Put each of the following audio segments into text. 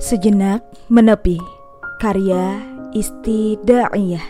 Sejenak menepi. Karya Isti Da'iyah.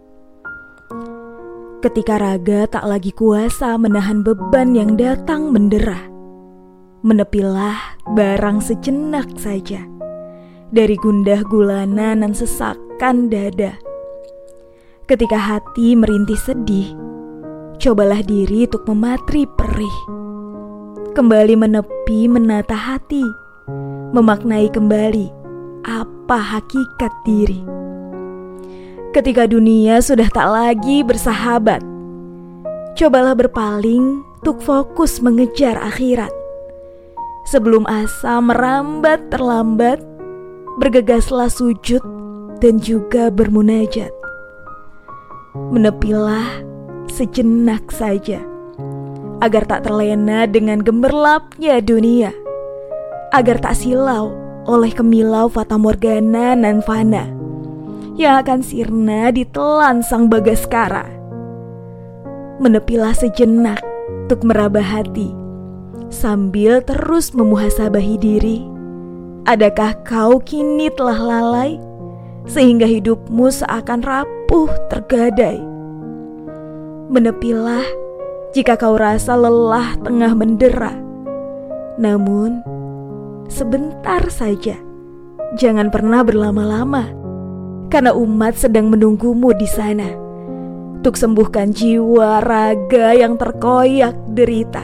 Ketika raga tak lagi kuasa menahan beban yang datang mendera, menepilah barang sejenak saja dari gundah gulana nan sesakan dada. Ketika hati merintih sedih, cobalah diri untuk mematri perih. Kembali menepi menata hati, memaknai kembali apa hakikat diri. Ketika dunia sudah tak lagi bersahabat, cobalah berpaling untuk fokus mengejar akhirat. Sebelum asa merambat terlambat, bergegaslah sujud dan juga bermunajat. Menepilah sejenak saja, agar tak terlena dengan gemerlapnya dunia, agar tak silau oleh kemilau fata morgana nan fana yang akan sirna ditelan sang bagaskara. Menepilah sejenak untuk meraba hati, sambil terus memuhasabahi diri. Adakah kau kini telah lalai, sehingga hidupmu seakan rapuh tergadai? Menepilah jika kau rasa lelah tengah mendera. Namun sebentar saja, jangan pernah berlama-lama, karena umat sedang menunggumu di sana untuk sembuhkan jiwa raga yang terkoyak derita.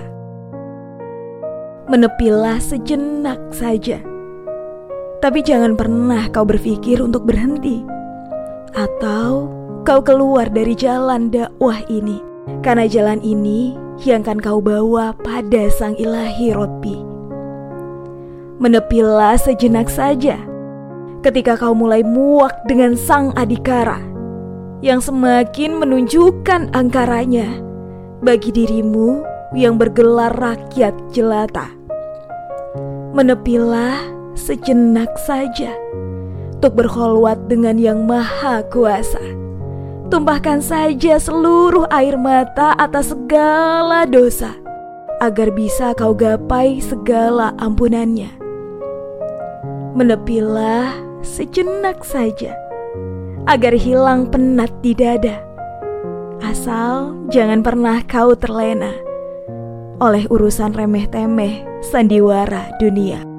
Menepilah sejenak saja, tapi jangan pernah kau berpikir untuk berhenti atau kau keluar dari jalan dakwah ini, karena jalan ini yang akan kau bawa pada Sang Ilahi Robbi. Menepilah sejenak saja ketika kau mulai muak dengan sang adikara yang semakin menunjukkan angkaranya bagi dirimu yang bergelar rakyat jelata. Menepilah sejenak saja untuk berkholwat dengan Yang Maha Kuasa. Tumpahkan saja seluruh air mata atas segala dosa, agar bisa kau gapai segala ampunannya. Menepilah sejenak saja agar hilang penat di dada. Asal jangan pernah kau terlena oleh urusan remeh-temeh sandiwara dunia.